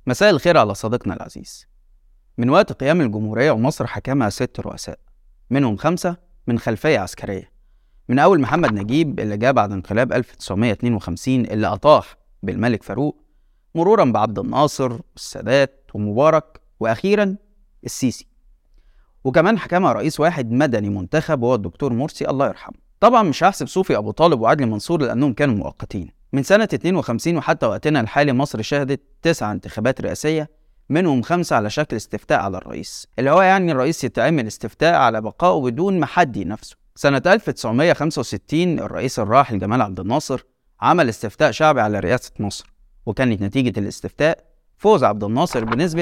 مساء الخير على صديقنا العزيز. من وقت قيام الجمهورية ومصر حكمها 6 رؤساء، منهم 5 من خلفية عسكرية. من أول محمد نجيب اللي جاء بعد انقلاب 1952 اللي أطاح بالملك فاروق، مرورا بعبد الناصر والسادات ومبارك، وأخيرا السيسي. وكمان حكمها رئيس واحد مدني منتخب وهو الدكتور مرسي الله يرحمه. طبعا مش هحسب صوفي أبو طالب وعدلي منصور لأنهم كانوا مؤقتين. من سنة 52 وحتى وقتنا الحالي مصر شهدت 9 انتخابات رئاسية، منهم 5 على شكل استفتاء على الرئيس، اللي هو يعني الرئيس يتعمل استفتاء على بقائه بدون ما حد ينافسه. سنة 1965 الرئيس الراحل جمال عبد الناصر عمل استفتاء شعبي على رئاسة مصر، وكانت نتيجة الاستفتاء فوز عبد الناصر بنسبة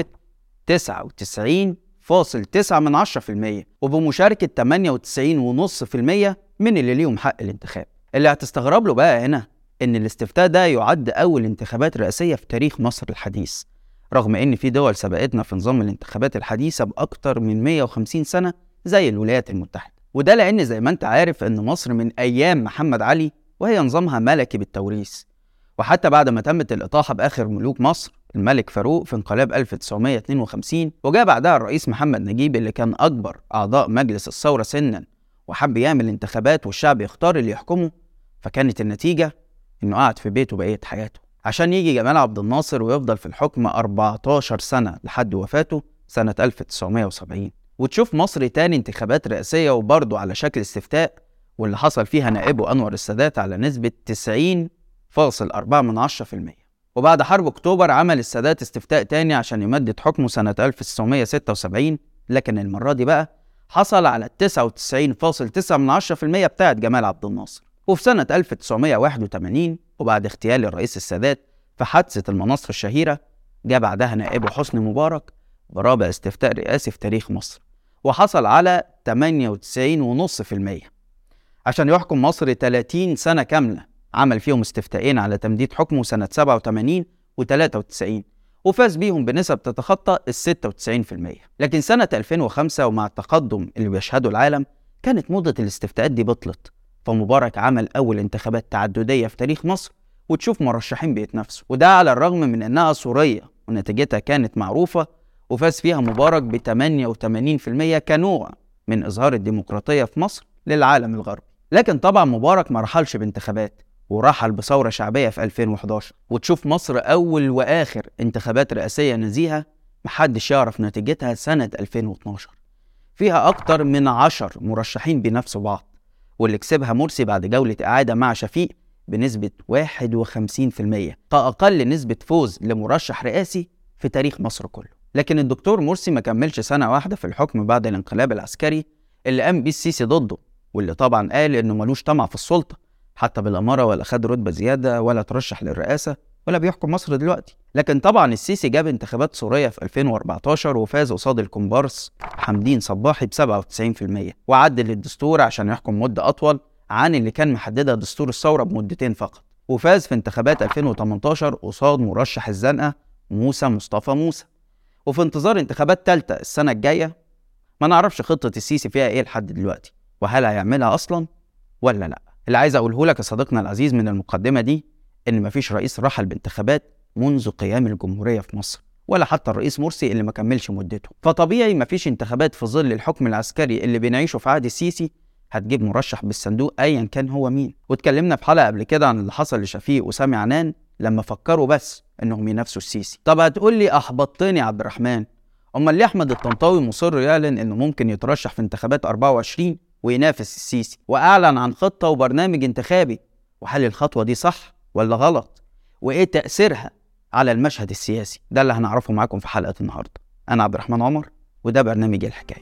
99.9% وبمشاركة 98.5% من اللي ليهم حق الانتخاب. اللي هتستغرب له بقى هنا إن الاستفتاء ده يعد أول انتخابات رئاسية في تاريخ مصر الحديث، رغم إن في دول سبقتنا في نظام الانتخابات الحديثة بأكتر من 150 سنة زي الولايات المتحدة. وده لأن زي ما أنت عارف إن مصر من أيام محمد علي وهي نظامها ملكي بالتوريث، وحتى بعد ما تمت الإطاحة بآخر ملوك مصر الملك فاروق في انقلاب 1952، وجاء بعدها الرئيس محمد نجيب اللي كان أكبر أعضاء مجلس الثورة سنا وحب يعمل انتخابات والشعب يختار اللي يحكمه، فكانت النتيجة إنه قعد في بيته بقية حياته عشان يجي جمال عبد الناصر ويفضل في الحكم 14 سنة لحد وفاته سنة 1970. وتشوف مصر تاني انتخابات رئاسية وبرضه على شكل استفتاء، واللي حصل فيها نائبه أنور السادات على نسبة 90.4%. وبعد حرب أكتوبر عمل السادات استفتاء تاني عشان يمدد حكمه سنة 1976، لكن المرة دي بقى حصل على 99.9% بتاعت جمال عبد الناصر. وفي سنة 1981 وبعد اغتيال الرئيس السادات في حادثة المناصر الشهيرة، جاء بعدها نائبه حسني مبارك برابع استفتاء رئاسي في تاريخ مصر، وحصل على 98.5% عشان يحكم مصر 30 سنة كاملة. عمل فيهم استفتاءين على تمديد حكمه سنة 87 و93، وفاز بيهم بنسب تتخطى 96%. لكن سنة 2005 ومع التقدم اللي بيشهده العالم كانت موضة الاستفتاءات دي بطلت، فمبارك عمل أول انتخابات تعددية في تاريخ مصر وتشوف مرشحين بيتنافسوا، وده على الرغم من أنها صورية ونتيجتها كانت معروفة، وفاز فيها مبارك ب 88% كنوع من إظهار الديمقراطية في مصر للعالم الغربي. لكن طبعا مبارك ما رحلش بانتخابات، ورحل بثورة شعبية في 2011، وتشوف مصر أول وآخر انتخابات رئاسية نزيهة محدش يعرف نتيجتها سنة 2012 فيها أكتر من 10 مرشحين بنفسوا بعض، واللي كسبها مرسي بعد جولة إعادة مع شفيق بنسبة 51%، كأقل نسبة فوز لمرشح رئاسي في تاريخ مصر كله. لكن الدكتور مرسي ما كملش سنة واحدة في الحكم بعد الانقلاب العسكري اللي قام بيه السيسي ضده، واللي طبعا قال إنه ملوش طمع في السلطة حتى بالأمارة، ولا خد رتبة زيادة ولا ترشح للرئاسة ولا بيحكم مصر دلوقتي. لكن طبعا السيسي جاب انتخابات سورية في 2014 وفاز قصاد الكومبارس حمدين صباحي ب 97%، وعدل الدستور عشان يحكم مدة أطول عن اللي كان محددها دستور الثورة بمدتين فقط، وفاز في انتخابات 2018 قصاد مرشح الزنقة موسى مصطفى موسى. وفي انتظار انتخابات تالتة السنة الجاية، ما نعرفش خطة السيسي فيها ايه لحد دلوقتي، وهل هيعملها أصلا ولا لا. اللي عايز أقوله لك يا صديقنا العزيز من المقدمة دي إن مفيش رئيس رحل بانتخابات منذ قيام الجمهورية في مصر، ولا حتى الرئيس مرسي اللي ما كملش مدته، فطبيعي مفيش انتخابات في ظل الحكم العسكري اللي بنعيشه في عهد السيسي هتجيب مرشح بالصندوق أيا كان هو مين. واتكلمنا في حلقة قبل كده عن اللي حصل لشفيق وسامي عنان لما فكروا بس إنهم ينافسوا السيسي. طب هتقول لي أحبطتني يا عبد الرحمن، أمال ليه أحمد الطنطاوي مصر يعلن إنه ممكن يترشح في انتخابات 24 وينافس السيسي، وأعلن عن خطة وبرنامج انتخابي؟ وهل الخطوة دي صح ولا غلط؟ وإيه تأثيرها على المشهد السياسي؟ ده اللي هنعرفه معاكم في حلقة النهاردة. أنا عبد الرحمن عمر وده برنامج الحكاية.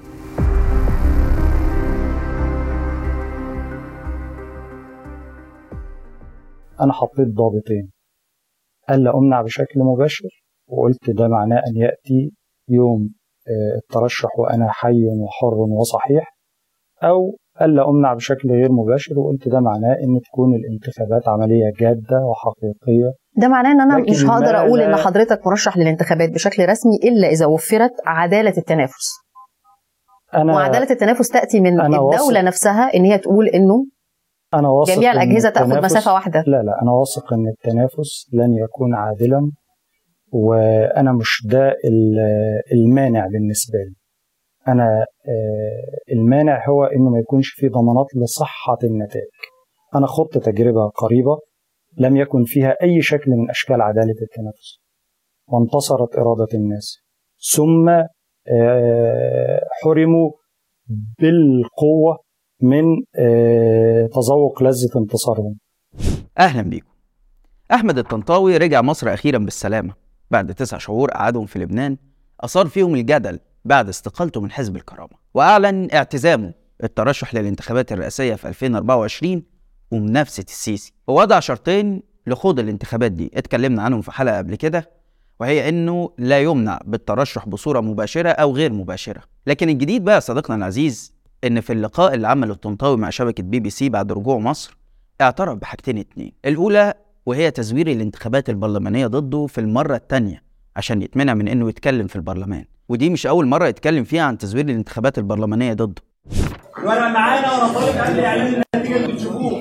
أنا حطيت ضابطين: ألا أمنع بشكل مباشر، وقلت ده معناه أن يأتي يوم الترشح وأنا حي وحر وصحيح، أو ألا أمنع بشكل غير مباشر، وقلت ده معناه أن تكون الانتخابات عملية جادة وحقيقية. ده معناه أن أنا مش هقدر أقول أن حضرتك مرشح للانتخابات بشكل رسمي إلا إذا وفرت عدالة التنافس. وعدالة التنافس تأتي من الدولة نفسها أن هي تقول أنه جميع الأجهزة تأخذ مسافة واحدة. لا، أنا واثق أن التنافس لن يكون عادلا، وأنا مش ده المانع بالنسبة لي. أنا المانع هو إنه ما يكونش في ضمانات لصحة النتائج. أنا خضت تجربة قريبة لم يكن فيها أي شكل من أشكال عدالة التنافس، وانتصرت إرادة الناس، ثم حرموا بالقوة من تذوق لذة انتصارهم. أهلا بيكم. أحمد الطنطاوي رجع مصر أخيرا بالسلامة بعد 9 شهور قعدهم في لبنان أثار فيهم الجدل بعد استقالته من حزب الكرامة، وأعلن اعتزامه الترشح للانتخابات الرئاسية في 2024 ومنافسة السيسي، ووضع شرطين لخوض الانتخابات دي اتكلمنا عنهم في حلقة قبل كده، وهي إنه لا يمنع بالترشح بصورة مباشرة أو غير مباشرة. لكن الجديد بقى صديقنا العزيز إن في اللقاء اللي عمله الطنطاوي مع شبكة BBC بعد رجوع مصر اعترف بحاجتين اتنين. الأولى وهي تزوير الانتخابات البرلمانية ضده في المرة الثانية عشان يتمنع من إنه يتكلم في البرلمان، ودي مش أول مرة يتكلم فيها عن تزوير الانتخابات البرلمانية ضده. وأنا معانا وأنا طالب قبل إعلان النتيجة اللي بتشوفوه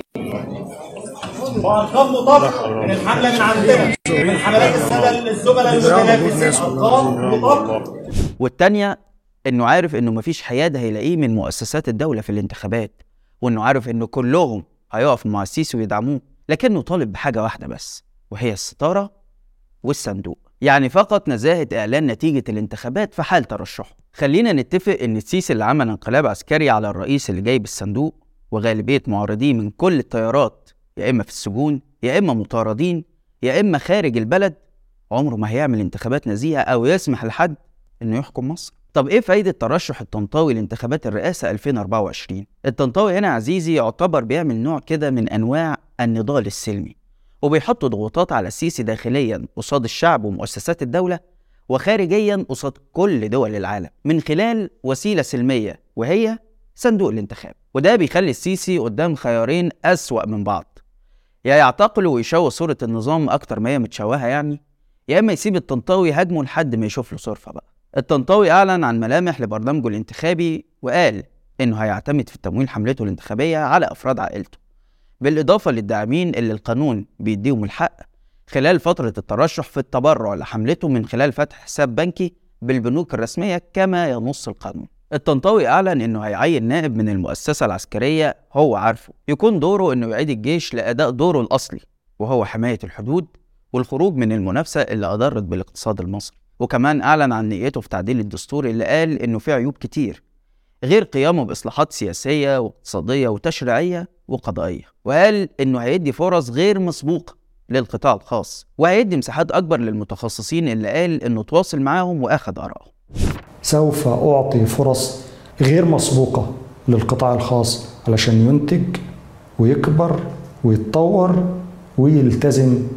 وأرقام مطابقة من الحملة من عندنا من حملات السادة الزملاء المتنافسين، أرقام مطابقة. والتانية إنه عارف إنه مفيش حياد هيلاقيه من مؤسسات الدولة في الانتخابات، وإنه عارف إنه كلهم هيقفوا مع السيسي ويدعموه، لكنه طالب بحاجة واحدة بس، وهي الستارة والصندوق، يعني فقط نزاهة إعلان نتيجة الانتخابات في حال ترشحه. خلينا نتفق إن السيسي اللي عمل انقلاب عسكري على الرئيس اللي جاي بالصندوق وغالبية معارضيه من كل التيارات يا إما في السجون يا إما مطاردين يا إما خارج البلد، عمره ما هيعمل انتخابات نزيهة أو يسمح لحد إنه يحكم مصر. طب إيه فايدة ترشح الطنطاوي لانتخابات الرئاسة 2024؟ الطنطاوي هنا عزيزي يعتبر بيعمل نوع كده من أنواع النضال السلمي، وبيحط ضغوطات على السيسي داخليا قصاد الشعب ومؤسسات الدولة، وخارجيا قصاد كل دول العالم من خلال وسيلة سلمية وهي صندوق الانتخاب. وده بيخلي السيسي قدام خيارين أسوأ من بعض، يا يعتقل ويشوه صورة النظام أكتر ما هي متشوهة يعني، يا إما يسيب الطنطاوي هجمه لحد ما يشوف له صرفة بقى. الطنطاوي أعلن عن ملامح لبرنامجه الانتخابي وقال إنه هيعتمد في تمويل حملته الانتخابية على أفراد عائلته، بالإضافة للداعمين اللي القانون بيديهم الحق خلال فترة الترشح في التبرع لحملته من خلال فتح حساب بنكي بالبنوك الرسمية كما ينص القانون. الطنطاوي أعلن إنه هيعين نائب من المؤسسة العسكرية هو عارفه يكون دوره إنه يعيد الجيش لأداء دوره الأصلي، وهو حماية الحدود والخروج من المنافسة اللي أضرت بالاقتصاد المصري. وكمان أعلن عن نيته في تعديل الدستور اللي قال إنه فيه عيوب كتير غير قيامه بإصلاحات سياسية واقتصادية وتشريعية وقضائية، وقال إنه هيدي فرص غير مسبوقة للقطاع الخاص، وهيدي مساحات أكبر للمتخصصين اللي قال إنه تواصل معاهم وأخذ آرائهم. سوف أعطي فرص غير مسبوقة للقطاع الخاص علشان ينتج ويكبر ويتطور ويلتزم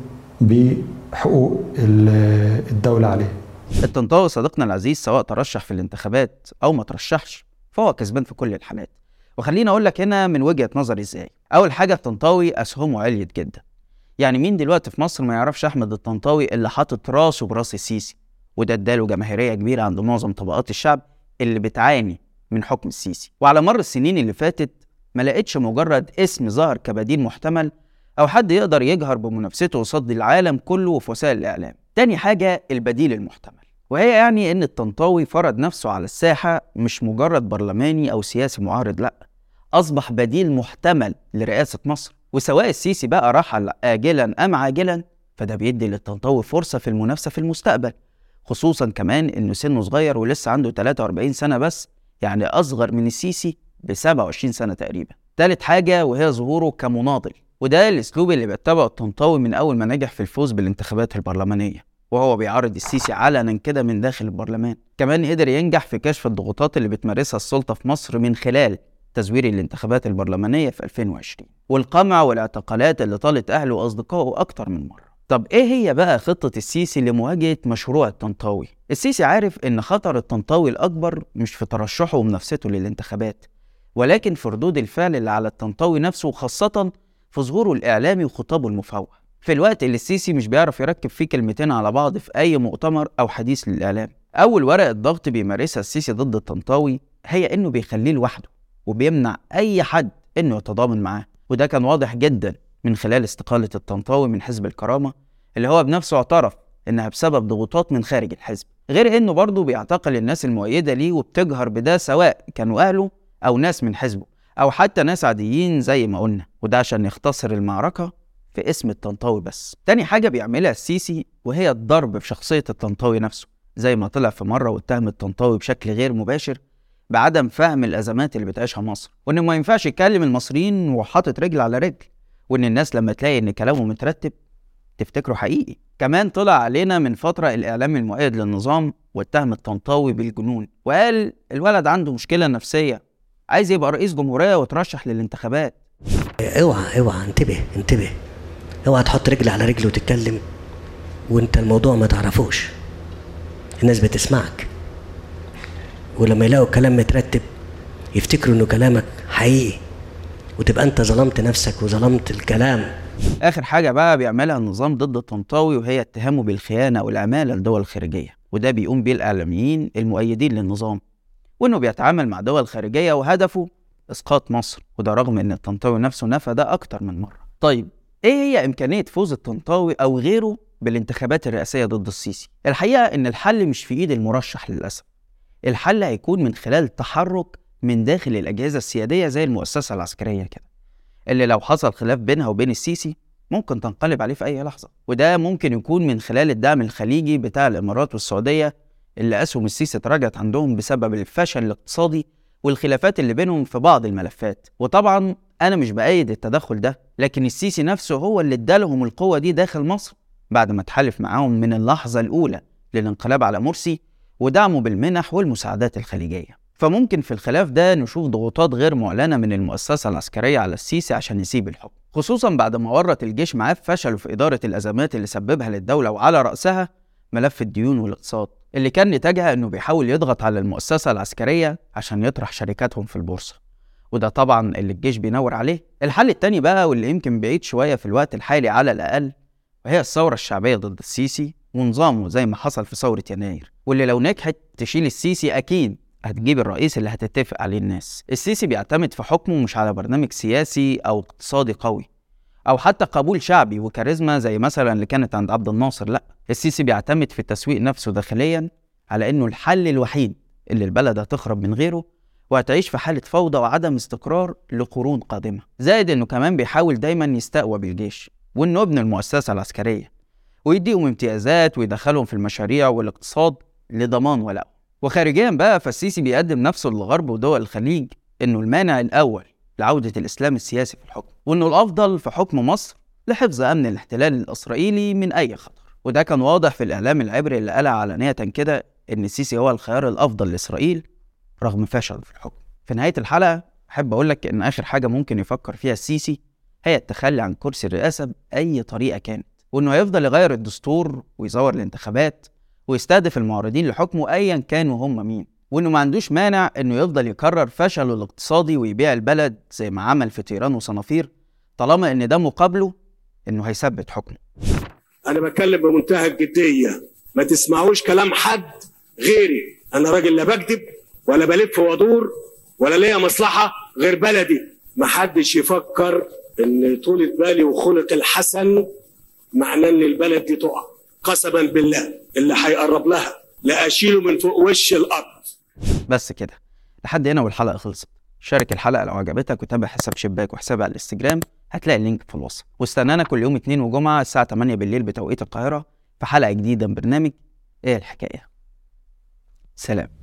بحقوق الدولة عليه. الطنطاوي صديقنا العزيز سواء ترشح في الانتخابات أو ما ترشحش فهو كسبان في كل الحالات، وخليني أقول لك هنا من وجهة نظري إزاي. أول حاجة الطنطاوي أسهمه عليت جدا، يعني مين دلوقتي في مصر ما يعرفش أحمد الطنطاوي اللي حاطط راسه براس السيسي، وده اداله جماهيرية كبيرة عند معظم طبقات الشعب اللي بتعاني من حكم السيسي. وعلى مر السنين اللي فاتت ما لقيتش مجرد اسم ظهر كبديل محتمل أو حد يقدر يجهر بمنافسته قصاد العالم كله وفي وسائل الإعلام. تاني حاجة البديل المحتمل، وهي يعني إن الطنطاوي فرض نفسه على الساحة مش مجرد برلماني أو سياسي معارض، لأ، أصبح بديل محتمل لرئاسة مصر. وسواء السيسي بقى رحل آجلا أم عاجلا فده بيدي للطنطاوي فرصة في المنافسة في المستقبل، خصوصا كمان إنه سنه صغير ولسه عنده 43 سنة بس، يعني أصغر من السيسي ب27 سنة تقريبا. تالت حاجة وهي ظهوره كمناضل، وده الأسلوب اللي بيتبعه الطنطاوي من أول ما نجح في الفوز بالانتخابات البرلمانية، وهو بيعارض السيسي علنا كده من داخل البرلمان. كمان قدر ينجح في كشف الضغوطات اللي بتمارسها السلطة في مصر من خلال تزوير الانتخابات البرلمانية في 2020 والقمع والاعتقالات اللي طالت أهله وأصدقائه أكتر من مرة. طب إيه هي بقى خطة السيسي لمواجهة مشروع الطنطاوي؟ السيسي عارف إن خطر الطنطاوي الأكبر مش في ترشحه ومنافسته للانتخابات، ولكن في ردود الفعل اللي على الطنطاوي نفسه، وخاصة في ظهوره الإعلامي وخطابه المفوه في الوقت اللي السيسي مش بيعرف يركب فيه كلمتين على بعض في أي مؤتمر أو حديث للإعلام. أول ورقة ضغط بيمارسها السيسي ضد الطنطاوي هي إنه بيخليه لوحده وبيمنع أي حد إنه يتضامن معاه، وده كان واضح جدا من خلال استقالة الطنطاوي من حزب الكرامة اللي هو بنفسه اعترف إنها بسبب ضغوطات من خارج الحزب، غير إنه برضه بيعتقل الناس المؤيدة ليه وبتجهر بده، سواء كانوا أهله أو ناس من حزبه أو حتى ناس عاديين زي ما قلنا، وده عشان يختصر المعركة في اسم الطنطاوي بس. تاني حاجة بيعملها السيسي وهي الضرب في شخصية الطنطاوي نفسه، زي ما طلع في مرة واتهم الطنطاوي بشكل غير مباشر بعدم فهم الأزمات اللي بتعيشها مصر، وإنه ما ينفعش يكلم المصريين وحاطط رجل على رجل، وإن الناس لما تلاقي إن كلامه مترتب تفتكره حقيقي. كمان طلع علينا من فترة الإعلام المؤيد للنظام واتهم الطنطاوي بالجنون، وقال الولد عنده مشكلة نفسية، عايز يبقى رئيس جمهورية وترشح للانتخابات. اوعى انتبه، اوعى تحط رجل على رجل وتتكلم وانت الموضوع ما تعرفوش. الناس بتسمعك، ولما يلاقوا الكلام مترتب يفتكروا انه كلامك حقيقي، وتبقى انت ظلمت نفسك وظلمت الكلام. آخر حاجة بقى بيعملها النظام ضد الطنطاوي وهي اتهامه بالخيانة والعمالة لدول خارجية، وده بيقوم بيه الإعلاميين المؤيدين للنظام، وإنه بيتعامل مع دول خارجية وهدفه إسقاط مصر، وده رغم إن الطنطاوي نفسه نفى ده أكتر من مرة. طيب إيه هي إمكانية فوز الطنطاوي أو غيره بالانتخابات الرئاسية ضد السيسي؟ الحقيقة إن الحل مش في إيد المرشح للأسف، الحل هيكون من خلال تحرك من داخل الأجهزة السيادية زي المؤسسة العسكرية كده، اللي لو حصل خلاف بينها وبين السيسي ممكن تنقلب عليه في أي لحظة، وده ممكن يكون من خلال الدعم الخليجي بتاع الإمارات والسعودية اللي أسهم السيسي تراجعت عندهم بسبب الفشل الاقتصادي والخلافات اللي بينهم في بعض الملفات. وطبعا أنا مش بأيد التدخل ده، لكن السيسي نفسه هو اللي ادالهم القوة دي داخل مصر بعد ما تحالف معاهم من اللحظة الأولى للانقلاب على مرسي ودعمه بالمنح والمساعدات الخليجية. فممكن في الخلاف ده نشوف ضغوطات غير معلنة من المؤسسة العسكرية على السيسي عشان يسيب الحكم، خصوصا بعد ما ورط الجيش معاه في فشله في إدارة الأزمات اللي سببها للدولة، وعلى رأسها ملف الديون والاقتصاد اللي كان نتاجها إنه بيحاول يضغط على المؤسسة العسكرية عشان يطرح شركاتهم في البورصة، وده طبعا اللي الجيش بينور عليه. الحل التاني بقى واللي يمكن بعيد شوية في الوقت الحالي على الأقل، وهي الثورة الشعبية ضد السيسي ونظامه زي ما حصل في ثورة يناير، واللي لو نجحت تشيل السيسي أكيد هتجيب الرئيس اللي هتتفق عليه الناس. السيسي بيعتمد في حكمه مش على برنامج سياسي أو اقتصادي قوي أو حتى قبول شعبي وكاريزما زي مثلا اللي كانت عند عبد الناصر، لأ، السيسي بيعتمد في التسويق نفسه داخليا على إنه الحل الوحيد اللي البلد هتخرب من غيره وهتعيش في حالة فوضى وعدم استقرار لقرون قادمة. زائد إنه كمان بيحاول دايما يستقوى بالجيش وإنه ابن المؤسسة العسكرية ويديهم امتيازات ويدخلهم في المشاريع والاقتصاد لضمان ولائه. وخارجيا بقى فالسيسي بيقدم نفسه للغرب ودول الخليج إنه المانع الأول لعودة الإسلام السياسي في الحكم، وإنه الأفضل في حكم مصر لحفظ أمن الاحتلال الإسرائيلي من أي خطر. وده كان واضح في الإعلام العبري اللي قال علانية كده إن السيسي هو الخيار الأفضل لإسرائيل رغم فشل في الحكم. في نهاية الحلقة أحب أقولك إن آخر حاجة ممكن يفكر فيها السيسي هي التخلي عن كرسي الرئاسة بأي طريقة كانت، وإنه هيفضل يغير الدستور ويزور الانتخابات ويستهدف المعارضين لحكمه أيا كانوا هم مين، وإنه ما عندوش مانع إنه يفضل يكرر فشله الاقتصادي ويبيع البلد زي ما عمل في طيران وصنافير طالما إن ده مقابله إنه هيثبت حكمه. أنا بتكلم بمنتهى الجدية، ما تسمعوش كلام حد غيري. أنا راجل لا بكذب ولا بلف وادور ولا ليا مصلحة غير بلدي. ما حدش يفكر إن طولة بالي وخلق الحسن معناه إن البلد دي تقع. قسما بالله اللي هيقرب لها لا أشيله من فوق وش الأرض. بس كده لحد هنا والحلقة خلصت. شارك الحلقة لو عجبتك وتابع حساب شباك وحسابي على الانستجرام، هتلاقي اللينك في الوصف. واستنانا كل يوم اثنين وجمعة الساعة 8 بالليل بتوقيت القاهرة في حلقة جديدة من برنامج ايه الحكاية. سلام.